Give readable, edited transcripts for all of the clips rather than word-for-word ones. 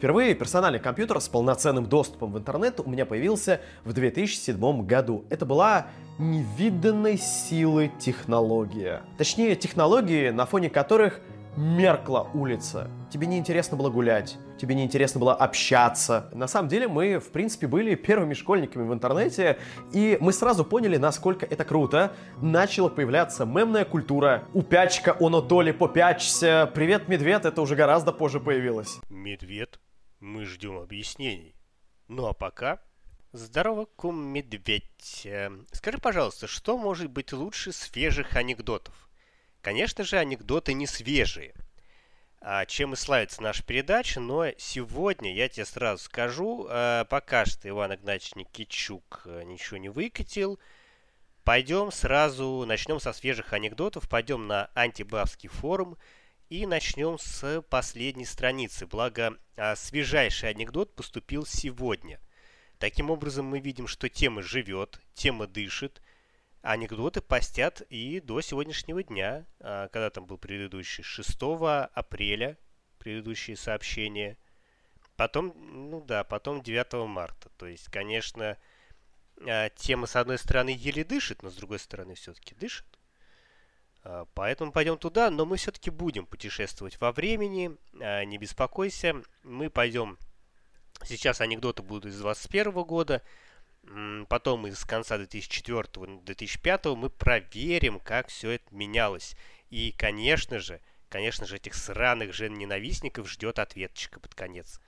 Впервые персональный компьютер с полноценным доступом в интернет у меня появился в 2007 году. Это была невиданной силы технология. Точнее, технологии, на фоне которых меркла улица. Тебе не интересно было гулять, тебе не интересно было общаться. На самом деле мы, в принципе, были первыми школьниками в интернете, и мы сразу поняли, насколько это круто. Начала появляться мемная культура. Упячка, оно то ли попячься. Привет, медведь, это уже гораздо позже появилось. Медведь, мы ждем объяснений. Ну а пока... Здорово, кум-медведь. Скажи, пожалуйста, что может быть лучше свежих анекдотов? Конечно же, анекдоты не свежие. Чем и славится наша передача, но сегодня, я тебе сразу скажу, пока что Иван Игнатьевич Никитчук ничего не выкатил, пойдем сразу, начнем со свежих анекдотов, пойдем на антибабский форум и начнем с последней страницы. Благо, свежайший анекдот поступил сегодня. Таким образом, мы видим, что тема живет, тема дышит, анекдоты постят и до сегодняшнего дня, когда там был предыдущий, 6 апреля, предыдущие сообщения, потом, потом 9 марта. То есть, конечно, тема, с одной стороны, еле дышит, но с другой стороны, все-таки дышит. Поэтому пойдем туда, но мы все-таки будем путешествовать во времени, не беспокойся, мы пойдем, сейчас анекдоты будут из 2021 года, потом из конца 2004-2005 мы проверим, как все это менялось. И, конечно же, этих сраных жен-ненавистников ждет ответчика под конец.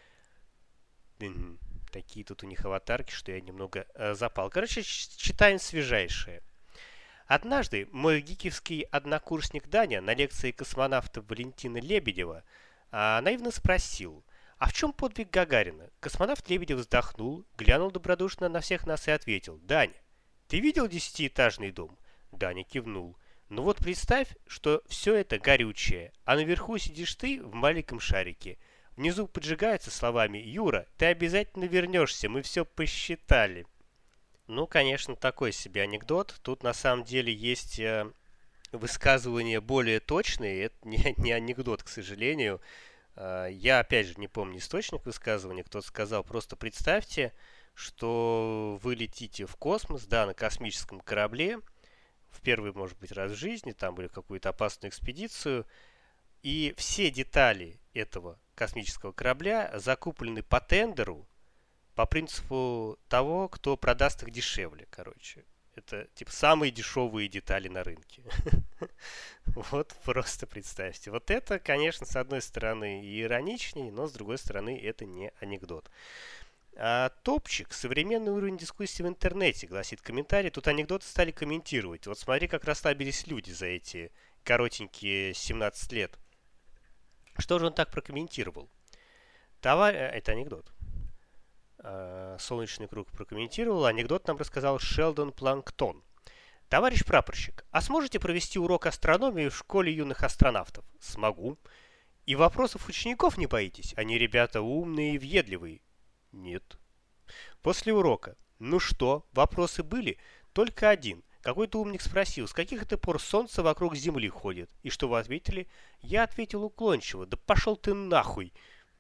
Такие тут у них аватарки, что я немного запал. Короче, читаем свежайшее. Однажды мой гиковский однокурсник Даня на лекции космонавта Валентина Лебедева наивно спросил: «А в чем подвиг Гагарина?» Космонавт Лебедев вздохнул, глянул добродушно на всех нас и ответил: «Даня, ты видел 10-этажный дом?» Даня кивнул. «Ну вот представь, что все это горючее, а наверху сидишь ты в маленьком шарике. Внизу поджигается словами: Юра, ты обязательно вернешься, мы все посчитали». Ну, конечно, такой себе анекдот. Тут на самом деле есть высказывания более точные. Это не анекдот, к сожалению. Я, опять же, не помню источник высказывания. Кто-то сказал: просто представьте, что вы летите в космос, да, на космическом корабле, в первый, может быть, раз в жизни, там, или какую-то опасную экспедицию, и все детали этого космического корабля закуплены по тендеру, по принципу того, кто продаст их дешевле, короче. Это, типа, самые дешевые детали на рынке. Вот просто представьте. Вот это, конечно, с одной стороны ироничней, но с другой стороны это не анекдот. Топчик. Современный уровень дискуссии в интернете, гласит комментарий. Тут анекдоты стали комментировать. Вот смотри, как расслабились люди за эти коротенькие 17 лет. Что же он так прокомментировал? Это анекдот. Солнечный круг прокомментировал. Анекдот нам рассказал Шелдон Планктон. Товарищ прапорщик, а сможете провести урок астрономии в школе юных астронавтов? Смогу. И вопросов учеников не боитесь? Они ребята умные и въедливые. Нет. После урока. Ну что, вопросы были? Только один. Какой-то умник спросил, с каких это пор солнце вокруг Земли ходит? И что вы ответили? Я ответил уклончиво. Да пошел ты нахуй.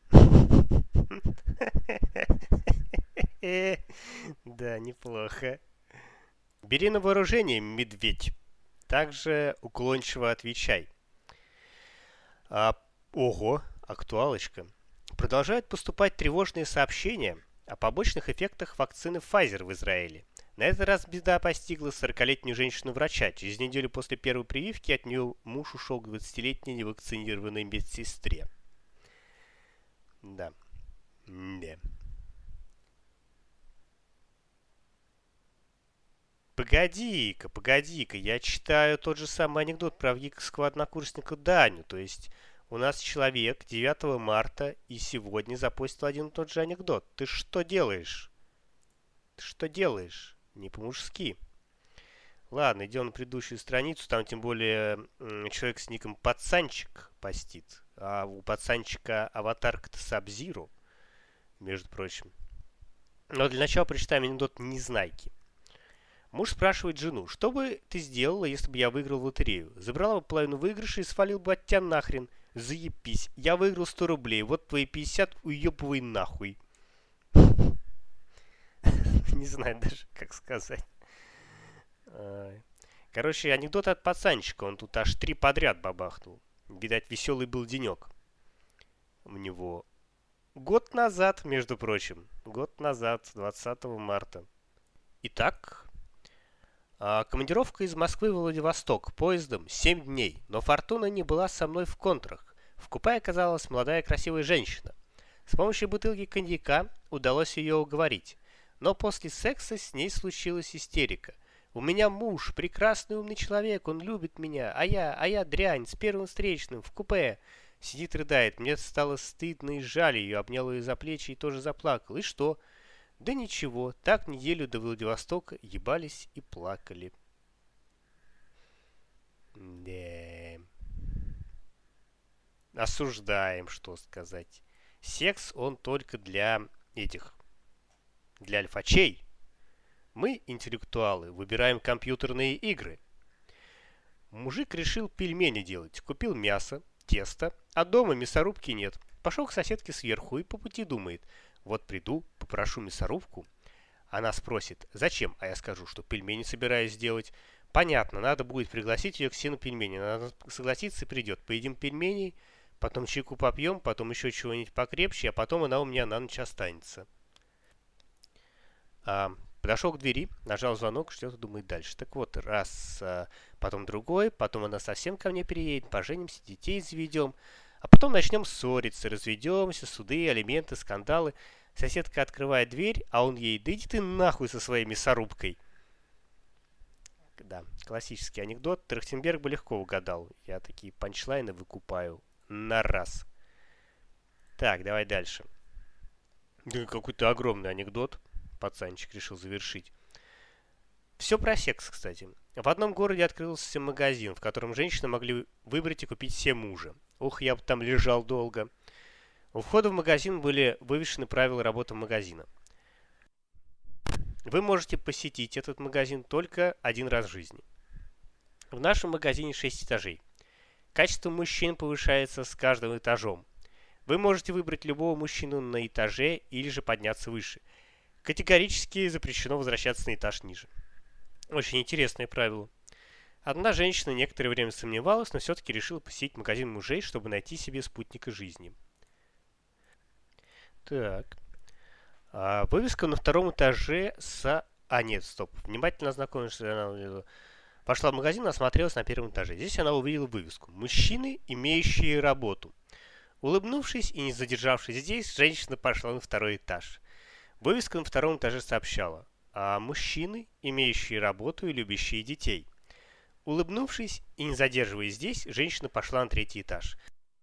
Да, неплохо. Бери на вооружение, медведь. Также уклончиво отвечай. Ого, актуалочка. Продолжают поступать тревожные сообщения о побочных эффектах вакцины Pfizer в Израиле. На этот раз беда постигла 40-летнюю женщину-врача. Через неделю после первой прививки от нее муж ушел к 20-летней невакцинированной медсестре. Да. Погоди-ка, я читаю тот же самый анекдот про гиковского однокурсника Даню. То есть у нас человек 9 марта и сегодня запостил один и тот же анекдот. Ты что делаешь? Не по-мужски. Ладно, идем на предыдущую страницу. Там тем более человек с ником Пацанчик постит. А у Пацанчика аватарка-то Саб-Зиро, между прочим. Но для начала прочитаем анекдот Незнайки. Муж спрашивает жену: что бы ты сделала, если бы я выиграл в лотерею? Забрала бы половину выигрыша и свалил бы от тебя нахрен. Заебись, я выиграл 100 рублей, вот твои 50 уебывай нахуй. Не знаю даже, как сказать. Короче, анекдот от пацанчика, он тут аж 3 подряд бабахнул. Видать, веселый был денек у него. Год назад, между прочим. Год назад, 20 марта. Итак, командировка из Москвы в Владивосток поездом 7 дней, но фортуна не была со мной в контрах. В купе оказалась молодая красивая женщина. С помощью бутылки коньяка удалось ее уговорить, но после секса с ней случилась истерика. У меня муж, прекрасный умный человек, он любит меня, а я дрянь, с первым встречным, в купе. Сидит, рыдает, мне стало стыдно и жаль ее, обнял ее за плечи и тоже заплакал. И что? Да ничего, так неделю до Владивостока ебались и плакали. Да. Осуждаем, что сказать. Секс он только для альфачей. Мы, интеллектуалы, выбираем компьютерные игры. Мужик решил пельмени делать. Купил мясо, тесто, а дома мясорубки нет. Пошел к соседке сверху и по пути думает. Вот приду, попрошу мясорубку. Она спросит, зачем? А я скажу, что пельмени собираюсь сделать. Понятно, надо будет пригласить ее к сену пельмени. Она согласится и придет. Поедим пельменей, потом чайку попьем, потом еще чего-нибудь покрепче, а потом она у меня на ночь останется. Подошел к двери, нажал звонок, что-то думает дальше. Так вот, раз, потом другой, потом она совсем ко мне переедет, поженимся, детей заведем, а потом начнем ссориться, разведемся, суды, алименты, скандалы. Соседка открывает дверь, а он ей, да иди ты нахуй со своей мясорубкой. Да, классический анекдот. Трахтенберг бы легко угадал. Я такие панчлайны выкупаю на раз. Так, давай дальше. Да какой-то огромный анекдот. Пацанчик решил завершить. Все про секс, кстати. В одном городе открылся магазин, в котором женщины могли выбрать и купить себе мужа. Ух, я бы там лежал долго. У входа в магазин были вывешены правила работы магазина. Вы можете посетить этот магазин только один раз в жизни. В нашем магазине 6 этажей. Качество мужчин повышается с каждым этажом. Вы можете выбрать любого мужчину на этаже или же подняться выше. Категорически запрещено возвращаться на этаж ниже. Очень интересное правило. Одна женщина некоторое время сомневалась, но все-таки решила посетить магазин мужей, чтобы найти себе спутника жизни. Так. Вывеска на втором этаже с... нет, стоп. Внимательно ознакомишься. Она пошла в магазин, осмотрелась на первом этаже. Здесь она увидела вывеску. Мужчины, имеющие работу. Улыбнувшись и не задержавшись здесь, женщина пошла на второй этаж. Вывеска на втором этаже сообщала: мужчины, имеющие работу и любящие детей. Улыбнувшись и не задерживаясь здесь, женщина пошла на третий этаж.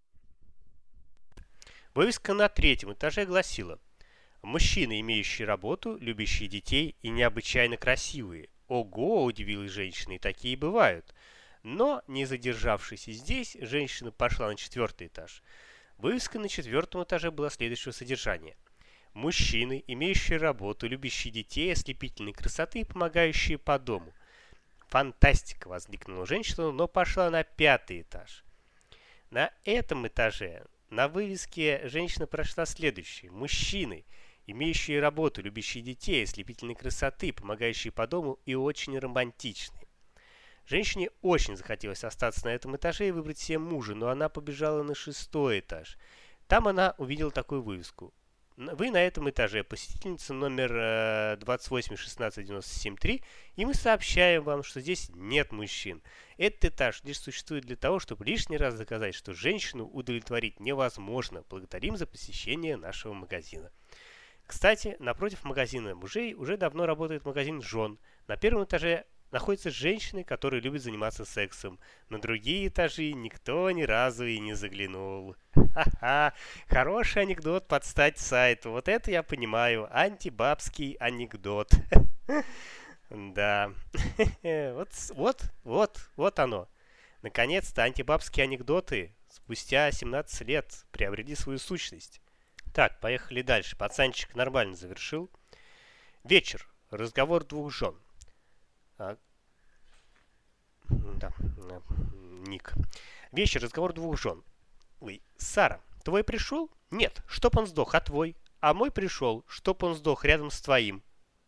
Вывеска на третьем этаже гласила: мужчины, имеющие работу, любящие детей и необычайно красивые. Ого, удивилась женщина, и такие бывают. Но, не задержавшись здесь, женщина пошла на четвертый этаж. Вывеска на четвертом этаже была следующего содержания: мужчины, имеющие работу, любящие детей, ослепительной красоты и помогающие по дому. Фантастика, воскликнула женщина, но пошла на пятый этаж. На этом этаже на вывеске женщина прочла следующее: мужчины, имеющие работу, любящие детей, ослепительной красоты, помогающие по дому и очень романтичные. Женщине очень захотелось остаться на этом этаже и выбрать себе мужа, но она побежала на шестой этаж. Там она увидела такую вывеску: вы на этом этаже, посетительница номер 281697-3, и мы сообщаем вам, что здесь нет мужчин. Этот этаж лишь существует для того, чтобы лишний раз доказать, что женщину удовлетворить невозможно. Благодарим за посещение нашего магазина. Кстати, напротив магазина мужей уже давно работает магазин жен. На первом этаже находятся женщины, которые любят заниматься сексом. На другие этажи никто ни разу и не заглянул. Ха-ха, хороший анекдот под стать сайту. Вот это я понимаю. Антибабский анекдот. Да. Вот оно. Наконец-то антибабские анекдоты спустя 17 лет приобрели свою сущность. Так, поехали дальше. Пацанчик нормально завершил. Вечер. Разговор двух жен. Да, ник. Вечер. Разговор двух жен. Ой, Сара, твой пришел? Нет, чтоб он сдох, а твой? А мой пришел, чтоб он сдох рядом с твоим.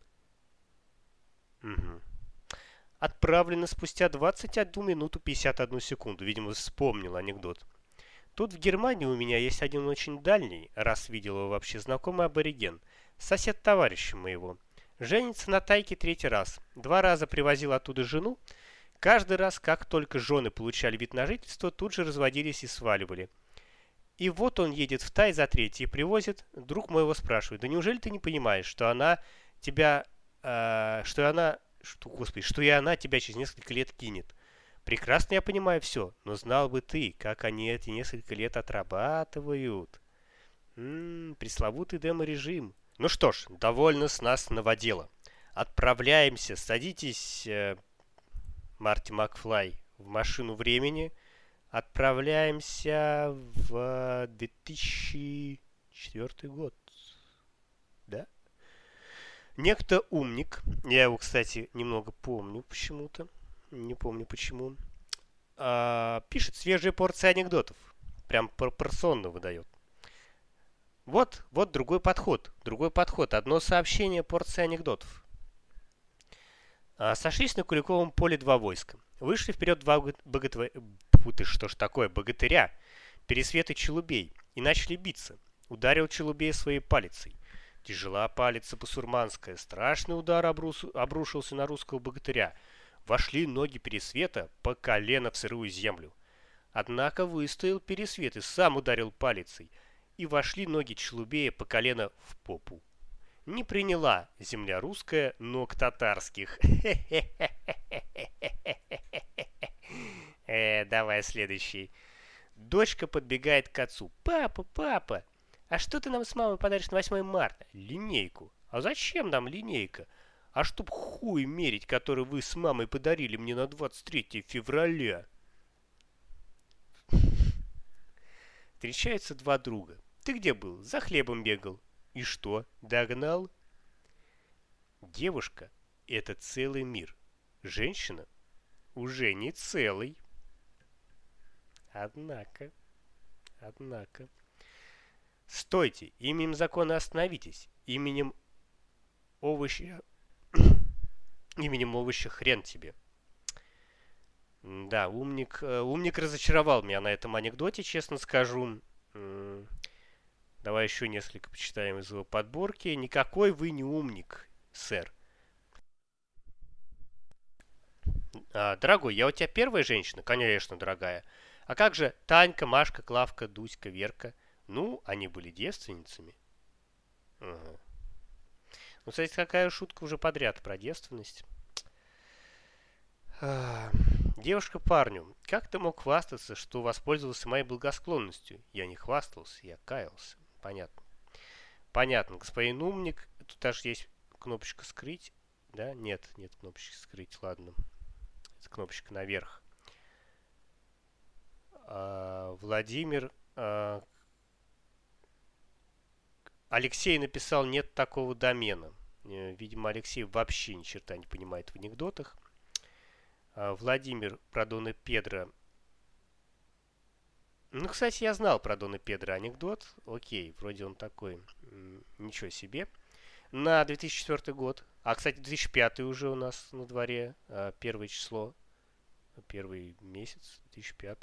Угу. Отправлено спустя 21 минуту 51 секунду. Видимо, вспомнил анекдот. Тут в Германии у меня есть один очень дальний, раз видел его вообще, знакомый абориген. Сосед товарища моего. Женится на тайке 3-й раз. 2 раза привозил оттуда жену. Каждый раз, как только жены получали вид на жительство, тут же разводились и сваливали. И вот он едет в Тай за 3-й и привозит. Друг моего спрашивает: да неужели ты не понимаешь, что она тебя... что и она тебя через несколько лет кинет? Прекрасно я понимаю все, но знал бы ты, как они эти несколько лет отрабатывают. Пресловутый демо-режим. Ну что ж, довольно с нас новодела. Отправляемся, садитесь, Марти Макфлай, в машину времени. Отправляемся в 2004 год. Да? Некто умник, я его, кстати, немного помню почему-то, не помню почему, пишет свежие порции анекдотов, прям пропорционно выдает. Вот другой подход, одно сообщение, порция анекдотов. Сошлись на Куликовом поле 2 войска. Вышли вперед 2 богатыря, Пересвет и Челубей, и начали биться. Ударил Челубей своей палицей. Тяжела палица басурманская, страшный удар обрушился на русского богатыря. Вошли ноги Пересвета по колено в сырую землю. Однако выстоял Пересвет и сам ударил палицей, и вошли ноги Челубея по колено в попу. Не приняла земля русская ног татарских. Давай следующий. Дочка подбегает к отцу. Папа, а что ты нам с мамой подаришь на 8 марта? Линейку. А зачем нам линейка? А чтоб хуй мерить, который вы с мамой подарили мне на 23 февраля. Встречаются 2 друга. Ты где был? За хлебом бегал. И что, догнал? Девушка — это целый мир. Женщина уже не целый. Однако. Стойте, именем закона остановитесь. Именем овоща хрен тебе. Да, умник разочаровал меня на этом анекдоте, честно скажу. Давай еще несколько почитаем из его подборки. Никакой вы не умник, сэр. Дорогой, я у тебя первая женщина? Конечно, дорогая. А как же Танька, Машка, Клавка, Дуська, Верка? Ну, они были девственницами. Угу. Ну, кстати, какая шутка уже подряд про девственность. Девушка парню: как ты мог хвастаться, что воспользовался моей благосклонностью? Я не хвастался, я каялся. Понятно, господин умник. Тут даже есть кнопочка скрыть. Да? Нет кнопочки скрыть, ладно. Это кнопочка наверх. Владимир. Алексей написал: нет такого домена. Видимо, Алексей вообще ни черта не понимает в анекдотах. Владимир про Дона Педро. Ну, кстати, я знал про Дона Педро анекдот. Окей, вроде он такой. Ничего себе. На 2004 год. А, кстати, 2005 уже у нас на дворе. 1 число. 1 месяц 2005.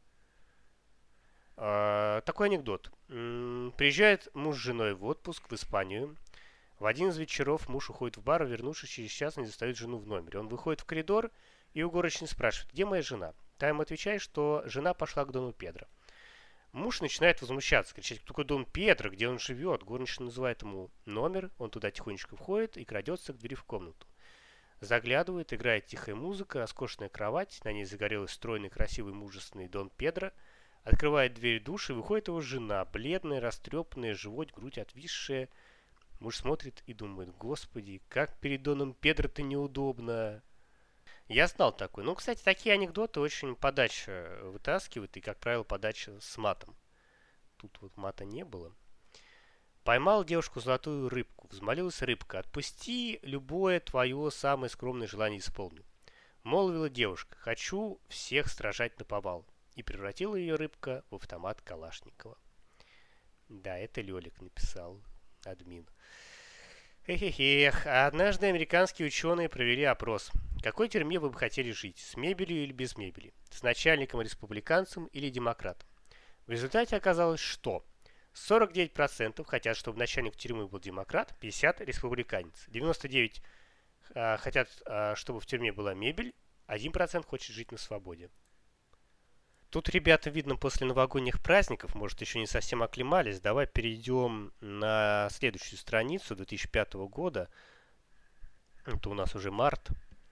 Такой анекдот. Приезжает муж с женой в отпуск в Испанию. В один из вечеров муж уходит в бар, а вернувшись через час, не застает жену в номере. Он выходит в коридор и у горничной спрашивает: где моя жена? Та ему отвечает, что жена пошла к Дону Педро. Муж начинает возмущаться, кричать: кто Дон Педро, где он живет? Горничная называет ему номер, он туда тихонечко входит и крадется к двери в комнату. Заглядывает, играет тихая музыка, роскошная кровать, на ней загорелый стройный, красивый, мужественный Дон Педро. Открывает дверь души, выходит его жена, бледная, растрепанная, живот, грудь отвисшая. Муж смотрит и думает: господи, как перед Доном Педро-то неудобно. Я знал такой. Ну, кстати, такие анекдоты очень подача вытаскивает, и, как правило, подача с матом. Тут вот мата не было. Поймал девушку золотую рыбку. Взмолилась рыбка: отпусти, любое твое самое скромное желание исполню. Молвила девушка: хочу всех сражать наповал. и превратила ее рыбка в автомат Калашникова. Да, это Лёлик написал, админ. Эх, однажды американские ученые провели опрос. В какой тюрьме вы бы хотели жить, с мебелью или без мебели? С начальником-республиканцем или демократом? В результате оказалось, что 49% хотят, чтобы начальник тюрьмы был демократ, 50% республиканец. 99% хотят, чтобы в тюрьме была мебель, 1% хочет жить на свободе. Тут ребята, видно, после новогодних праздников, может, еще не совсем оклемались. Давай перейдем на следующую страницу 2005 года. Это у нас уже март.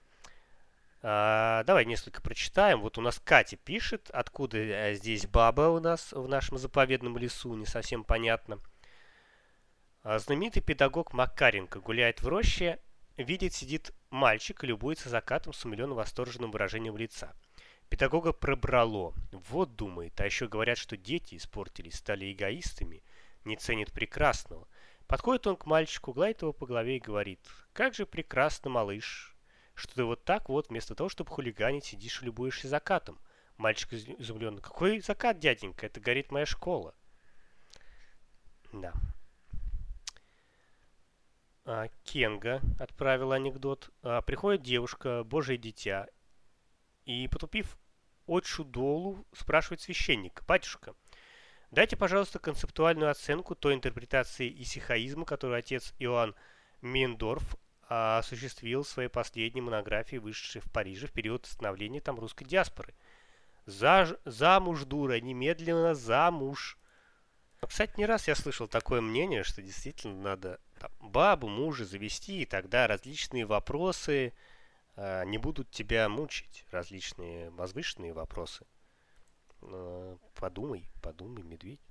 Давай несколько прочитаем. Вот у нас Катя пишет, откуда здесь баба у нас в нашем заповедном лесу, не совсем понятно. Знаменитый педагог Макаренко гуляет в роще, видит, сидит мальчик и любуется закатом с умиленно восторженным выражением лица. Педагога пробрало. Вот думает, а еще говорят, что дети испортились, стали эгоистами, не ценят прекрасного. Подходит он к мальчику, гладит его по голове и говорит: «Как же прекрасно, малыш, что ты вот так вот, вместо того, чтобы хулиганить, сидишь и любуешься закатом». Мальчик изумленно: «Какой закат, дяденька? Это горит моя школа». Да. Кенга отправил анекдот. Приходит девушка, божие дитя, и, потупив отчу долу, спрашивает священника: «Батюшка, дайте, пожалуйста, концептуальную оценку той интерпретации исихаизма, которую отец Иоанн Мейндорф осуществил в своей последней монографии, вышедшей в Париже в период становления там русской диаспоры. Замуж, дура, немедленно замуж». Кстати, не раз я слышал такое мнение, что действительно надо бабу, мужа завести, и тогда различные вопросы не будут тебя мучить, различные возвышенные вопросы. Подумай, медведь.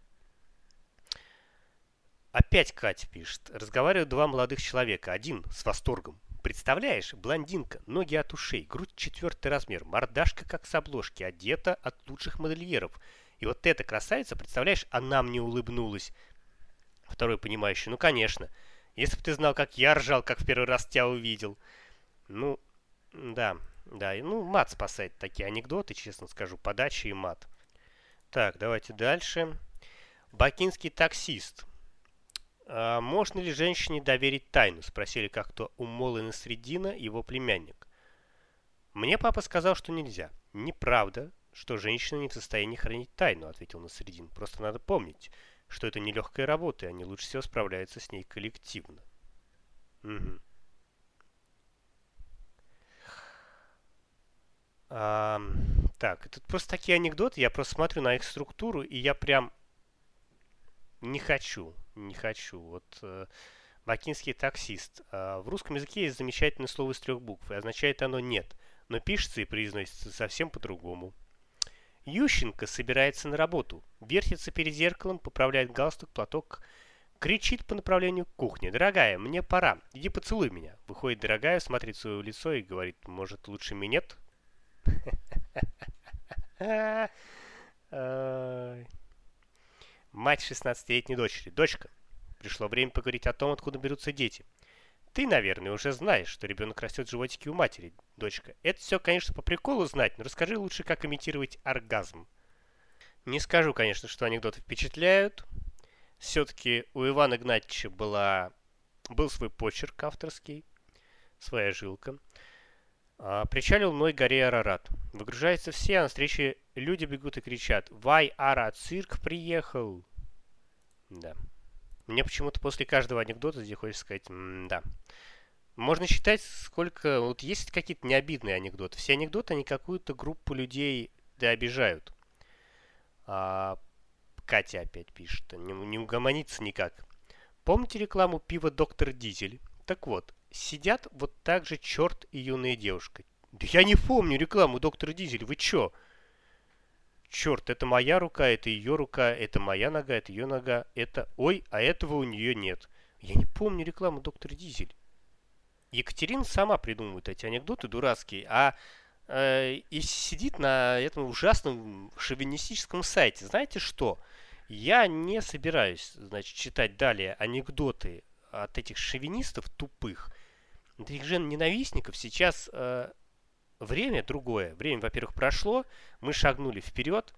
Опять Катя пишет. Разговаривают два молодых человека. Один с восторгом: «Представляешь, блондинка, ноги от ушей, грудь 4 размер, мордашка как с обложки, одета от лучших модельеров. И вот эта красавица, представляешь, она мне улыбнулась». Второй понимающий: «Ну, конечно. Если бы ты знал, как я ржал, как в первый раз тебя увидел». Ну, да. Ну, мат спасает такие анекдоты, честно скажу, подача и мат. Так, давайте дальше. Бакинский таксист. «Можно ли женщине доверить тайну?» — спросили как-то у Молы Насреддина его племянник. «Мне папа сказал, что нельзя». «Неправда, что женщина не в состоянии хранить тайну», — ответил Насреддин. «Просто надо помнить, что это нелегкая работа, и они лучше всего справляются с ней коллективно». Угу. Так, это просто такие анекдоты, я просто смотрю на их структуру, и я прям не хочу. Вот бакинский таксист. В русском языке есть замечательное слово из 3 букв, и означает оно «нет», но пишется и произносится совсем по-другому. Ющенко собирается на работу, вертится перед зеркалом, поправляет галстук, платок, кричит по направлению к кухне: «Дорогая, мне пора, иди поцелуй меня». Выходит дорогая, смотрит в свое лицо и говорит: «Может, лучше минет?» Мать 16-летней дочери: «Дочка, пришло время поговорить о том, откуда берутся дети. Ты, наверное, уже знаешь, что ребенок растет в животике у матери, дочка. Это все, конечно, по приколу знать, но расскажи лучше, как имитировать оргазм». Не скажу, конечно, что анекдоты впечатляют. Все-таки у Ивана Игнатьевича был свой почерк авторский, своя жилка. Причалил мной горе Арарат. Выгружаются все, а на встрече люди бегут и кричат: «Вай, Ара, цирк приехал!» Да. Мне почему-то после каждого анекдота здесь хочется сказать «да». Можно считать, сколько... Вот есть какие-то необидные анекдоты. Все анекдоты, они какую-то группу людей обижают. Катя опять пишет. Не угомонится никак. Помните рекламу пива «Доктор Дизель»? Так вот, сидят вот так же черт и юная девушка. Да я не помню рекламу «Доктора Дизель», вы чё? Черт, это моя рука, это ее рука, это моя нога, это ее нога, это... Ой, а этого у нее нет. Я не помню рекламу «Доктор Дизель». Екатерина сама придумывает эти анекдоты дурацкие, и сидит на этом ужасном шовинистическом сайте. Знаете что? Я не собираюсь, значит, читать далее анекдоты от этих шовинистов тупых, от этих жен-ненавистников. Сейчас время другое. Время, во-первых, прошло, мы шагнули вперед.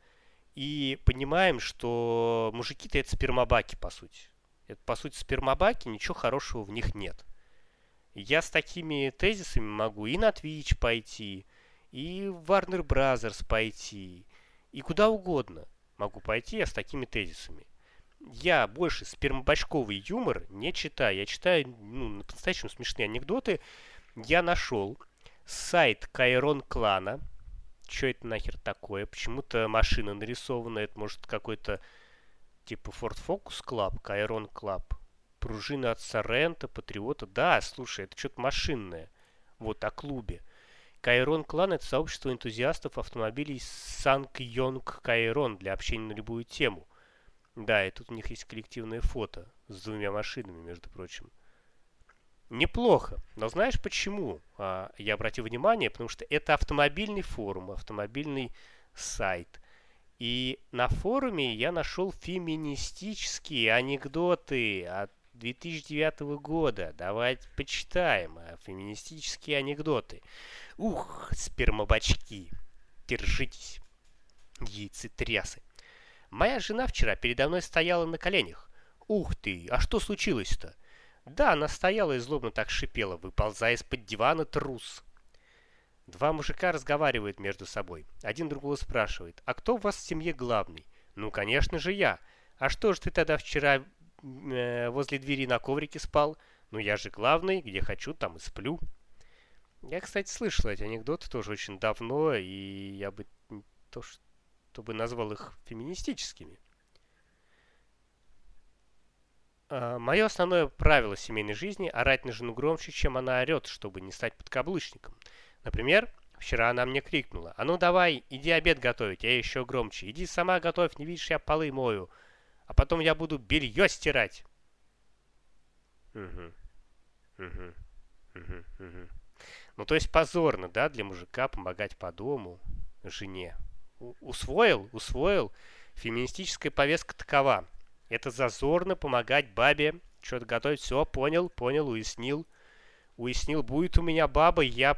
и понимаем, что мужики-то это спермобаки, по сути. Это, по сути, спермобаки, ничего хорошего в них нет. Я с такими тезисами могу и на Twitch пойти, и в Warner Brothers пойти, и куда угодно могу пойти я с такими тезисами. Я больше спермобачковый юмор не читаю. Я читаю, по-настоящему смешные анекдоты. Я нашел сайт Кайрон Клана. Что это нахер такое? Почему-то машина нарисована. Это может какой-то типа Ford Focus Club, Кайрон Club. Пружина от Сорента, Патриота. Да, слушай, это что-то машинное. Вот, о клубе. Кайрон Клан — это сообщество энтузиастов автомобилей Санк Йонг Кайрон для общения на любую тему. Да, и тут у них есть коллективное фото с двумя машинами, между прочим. Неплохо. Но знаешь почему? Я обратил внимание, потому что это автомобильный форум, автомобильный сайт. И на форуме я нашел феминистические анекдоты от 2009 года. Давайте почитаем. Феминистические анекдоты. Ух, спермобачки. Держитесь. Яйцетрясы. Моя жена вчера передо мной стояла на коленях. Ух ты, а что случилось-то? Да, она стояла и злобно так шипела, выползая из-под дивана трус. Два мужика разговаривают между собой. Один другого спрашивает, а кто у вас в семье главный? Ну, конечно же, я. А что же ты тогда вчера возле двери на коврике спал? Ну, я же главный, где хочу, там и сплю. Я, кстати, слышал эти анекдоты тоже очень давно, и я бы не то, чтобы назвал их феминистическими. Мое основное правило семейной жизни — орать на жену громче, чем она орет, чтобы не стать подкаблучником. Например, вчера она мне крикнула: «А ну давай, иди обед готовить», я еще громче: «Иди сама готовь, не видишь, я полы мою, а потом я буду белье стирать». Угу, угу, угу, угу. Ну, то есть позорно, да, для мужика помогать по дому жене. Усвоил? Усвоил? Феминистическая повестка такова. Это зазорно помогать бабе что-то готовить. Все, понял, уяснил. Уяснил, будет у меня баба, я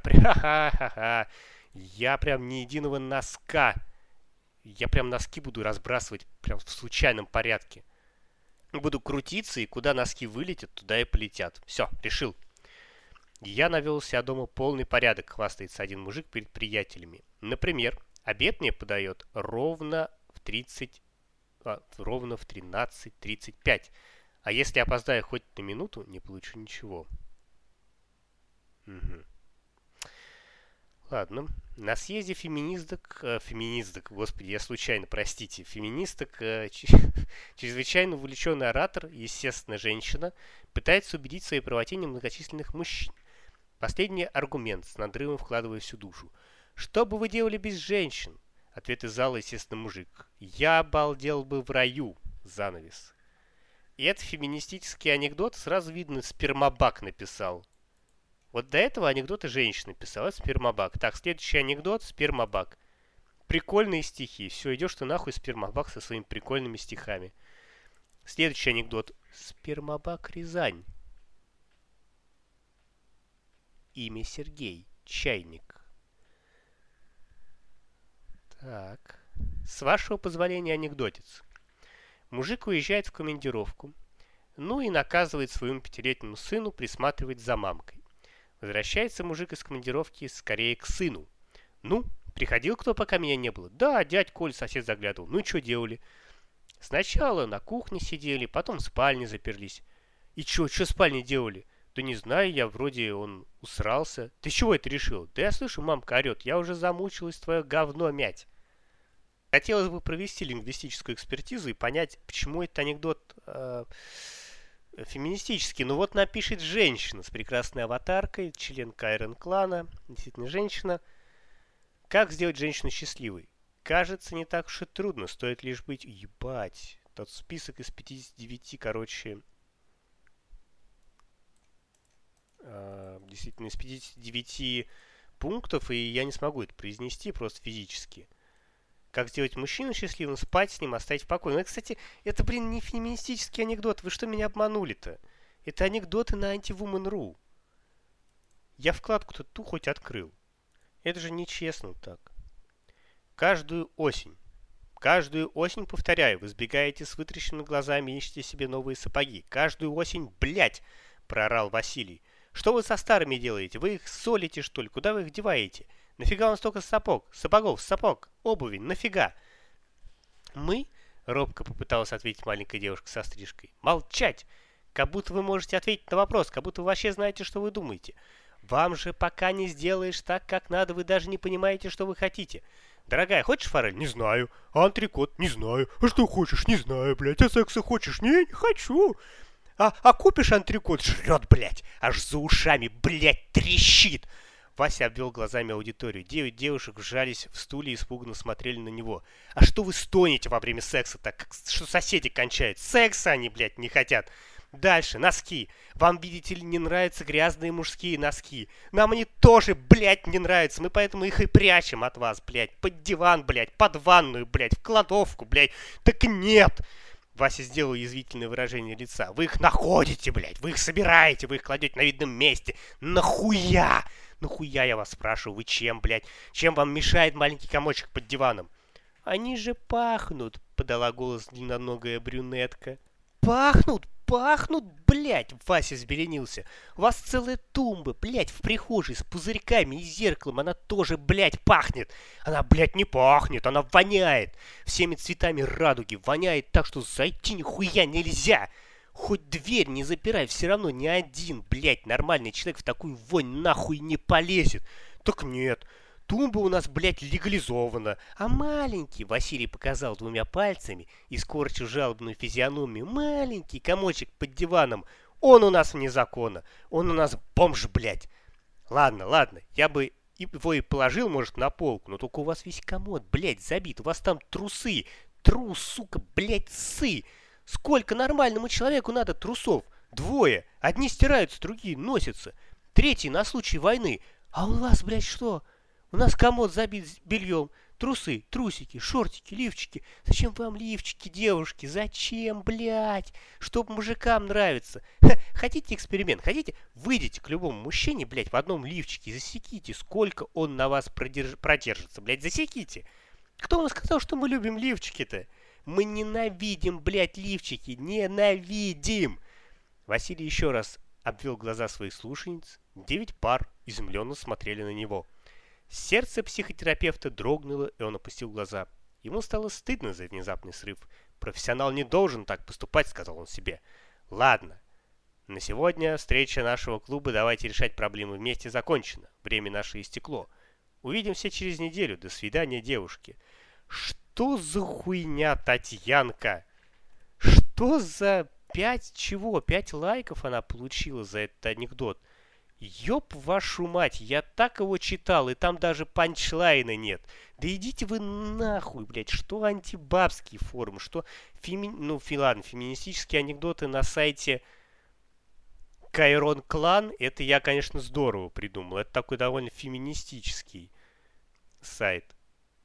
прям ни единого носка. Я прям носки буду разбрасывать прям в случайном порядке. Буду крутиться, и куда носки вылетят, туда и полетят. Все, решил. Я навел себя дома полный порядок, хвастается один мужик перед приятелями. Например, обед мне подает ровно в 13:35. А если опоздаю хоть на минуту, не получу ничего. Угу. Ладно. На съезде феминисток, господи, я случайно, простите, феминисток, чрезвычайно увлеченный оратор, естественно, женщина, пытается убедить в своей правоте немногочисленных мужчин. Последний аргумент, с надрывом вкладывая всю душу. «Что бы вы делали без женщин?» Ответ из зала, естественно, мужик. «Я обалдел бы в раю!» Занавес. И это феминистический анекдот, сразу видно, спермобак написал. Вот до этого анекдоты женщины писала, спермобак. Так, следующий анекдот, спермобак. Прикольные стихи. Все, идешь ты нахуй, спермобак, со своими прикольными стихами. Следующий анекдот. Спермобак Рязань. Имя Сергей. Чайник. Так. С вашего позволения анекдотец. Мужик уезжает в командировку. Ну и наказывает своему 5-летнему сыну присматривать за мамкой. Возвращается мужик из командировки скорее к сыну. Ну, приходил кто, пока меня не было? Да, дядь Коль, сосед заглядывал. Ну и что делали? Сначала на кухне сидели, потом в спальне заперлись. И что в спальне делали? Да не знаю, я вроде он усрался. Ты чего это решил? Да я слышу, мамка орет. Я уже замучилась твое говно мять. Хотелось бы провести лингвистическую экспертизу и понять, почему этот анекдот феминистический. Ну вот напишет женщина с прекрасной аватаркой, член Кайрон клана, действительно женщина. Как сделать женщину счастливой? Кажется, не так уж и трудно, стоит лишь быть... Ебать, тот список из 59, действительно, из 59 пунктов, и я не смогу это произнести просто физически. Как сделать мужчину счастливым, спать с ним, оставить в покое. Ну, кстати, это, не феминистический анекдот. Вы что меня обманули-то? Это анекдоты на antiwoman.ru. Я вкладку-то ту хоть открыл. Это же нечестно так. Каждую осень Каждую осень, повторяю, вы сбегаете с вытрященными глазами и ищете себе новые сапоги. Каждую осень, блядь, проорал Василий. Что вы со старыми делаете? Вы их солите, что ли? Куда вы их деваете? Нафига вам столько сапог, обуви, нафига? Мы, робко попыталась ответить маленькая девушка со стрижкой. Молчать! Как будто вы можете ответить на вопрос, как будто вы вообще знаете, что вы думаете. Вам же пока не сделаешь так, как надо, вы даже не понимаете, что вы хотите. Дорогая, хочешь форель? Не знаю. А антрикот? Не знаю. А что хочешь? Не знаю, блядь. А секса хочешь? Не хочу. А купишь антрикот? Жрет, блядь. Аж за ушами, блядь, трещит. Вася обвел глазами аудиторию. 9 девушек вжались в стулья и испуганно смотрели на него. А что вы стонете во время секса так, как что соседи кончают? Секса они, блядь, не хотят. Дальше, носки. Вам, видите ли, не нравятся грязные мужские носки. Нам они тоже, блядь, не нравятся. Мы поэтому их и прячем от вас, блядь. Под диван, блядь, под ванную, блядь, в кладовку, блядь. Так нет. Вася сделал язвительное выражение лица. Вы их находите, блядь. Вы их собираете, вы их кладете на видном месте. Нахуя? Нахуя, я вас спрашиваю, вы чем, блядь? Чем вам мешает маленький комочек под диваном? Они же пахнут, подала голос длинноногая брюнетка. Пахнут, блядь, Вася взбеленился. У вас целая тумба, блядь, в прихожей с пузырьками и зеркалом. Она тоже, блядь, пахнет. Она, блядь, не пахнет, она воняет. Всеми цветами радуги. Воняет так, что зайти нихуя нельзя. Хоть дверь не запирай, все равно ни один, блядь, нормальный человек в такую вонь нахуй не полезет. Так нет. Тумба у нас, блядь, легализована. А маленький, Василий показал двумя пальцами и скорчил жалобную физиономию, маленький комочек под диваном, он у нас вне закона. Он у нас бомж, блядь. Ладно, я бы его и положил, может, на полку, но только у вас весь комод, блядь, забит. У вас там трусы. Трус, сука, блядь, сы. Сколько нормальному человеку надо трусов? 2. Одни стираются, другие носятся. 3 на случай войны. А у вас, блядь, что? У нас комод забит бельем. Трусы, трусики, шортики, лифчики. Зачем вам лифчики, девушки? Зачем, блядь? Чтоб мужикам нравится. Хотите эксперимент? Хотите? Выйдите к любому мужчине, блядь, в одном лифчике и засеките, сколько он на вас продержится, блядь, засеките. Кто вам сказал, что мы любим лифчики-то? Мы ненавидим, блядь, лифчики. Ненавидим. Василий еще раз обвел глаза своих слушательниц. 9 пар изумленно смотрели на него. Сердце психотерапевта дрогнуло, и он опустил глаза. Ему стало стыдно за внезапный срыв. «Профессионал не должен так поступать», — сказал он себе. «Ладно. На сегодня встреча нашего клуба «Давайте решать проблемы вместе» закончена. Время наше истекло. Увидимся через неделю. До свидания, девушки». Что за хуйня, Татьянка? Что за 5 лайков она получила за этот анекдот? Ёб вашу мать, я так его читал, и там даже панчлайна нет. Да идите вы нахуй, блядь, что антибабский форум, что феминистические анекдоты на сайте Кайрон Клан, это я, конечно, здорово придумал. Это такой довольно феминистический сайт.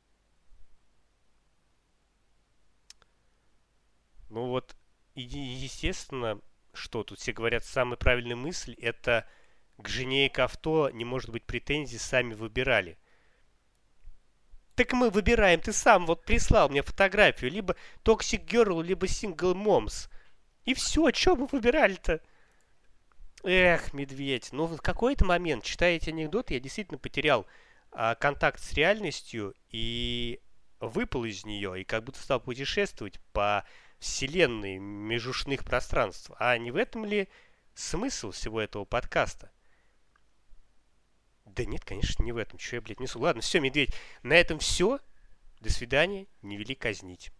Ну вот, естественно, что тут все говорят, самая правильная мысль, это к жене и к авто не может быть претензий, сами выбирали. Так мы выбираем, ты сам вот прислал мне фотографию, либо Toxic Girl, либо Single Moms. И все, что мы выбирали-то? Эх, медведь, ну в какой-то момент, читая эти анекдоты, я действительно потерял контакт с реальностью и выпал из нее, и как будто стал путешествовать по вселенной межушных пространств. А не в этом ли смысл всего этого подкаста? Да нет, конечно, не в этом. Чего я, блядь, несу? Ладно, все, медведь, на этом все. До свидания, не вели казнить.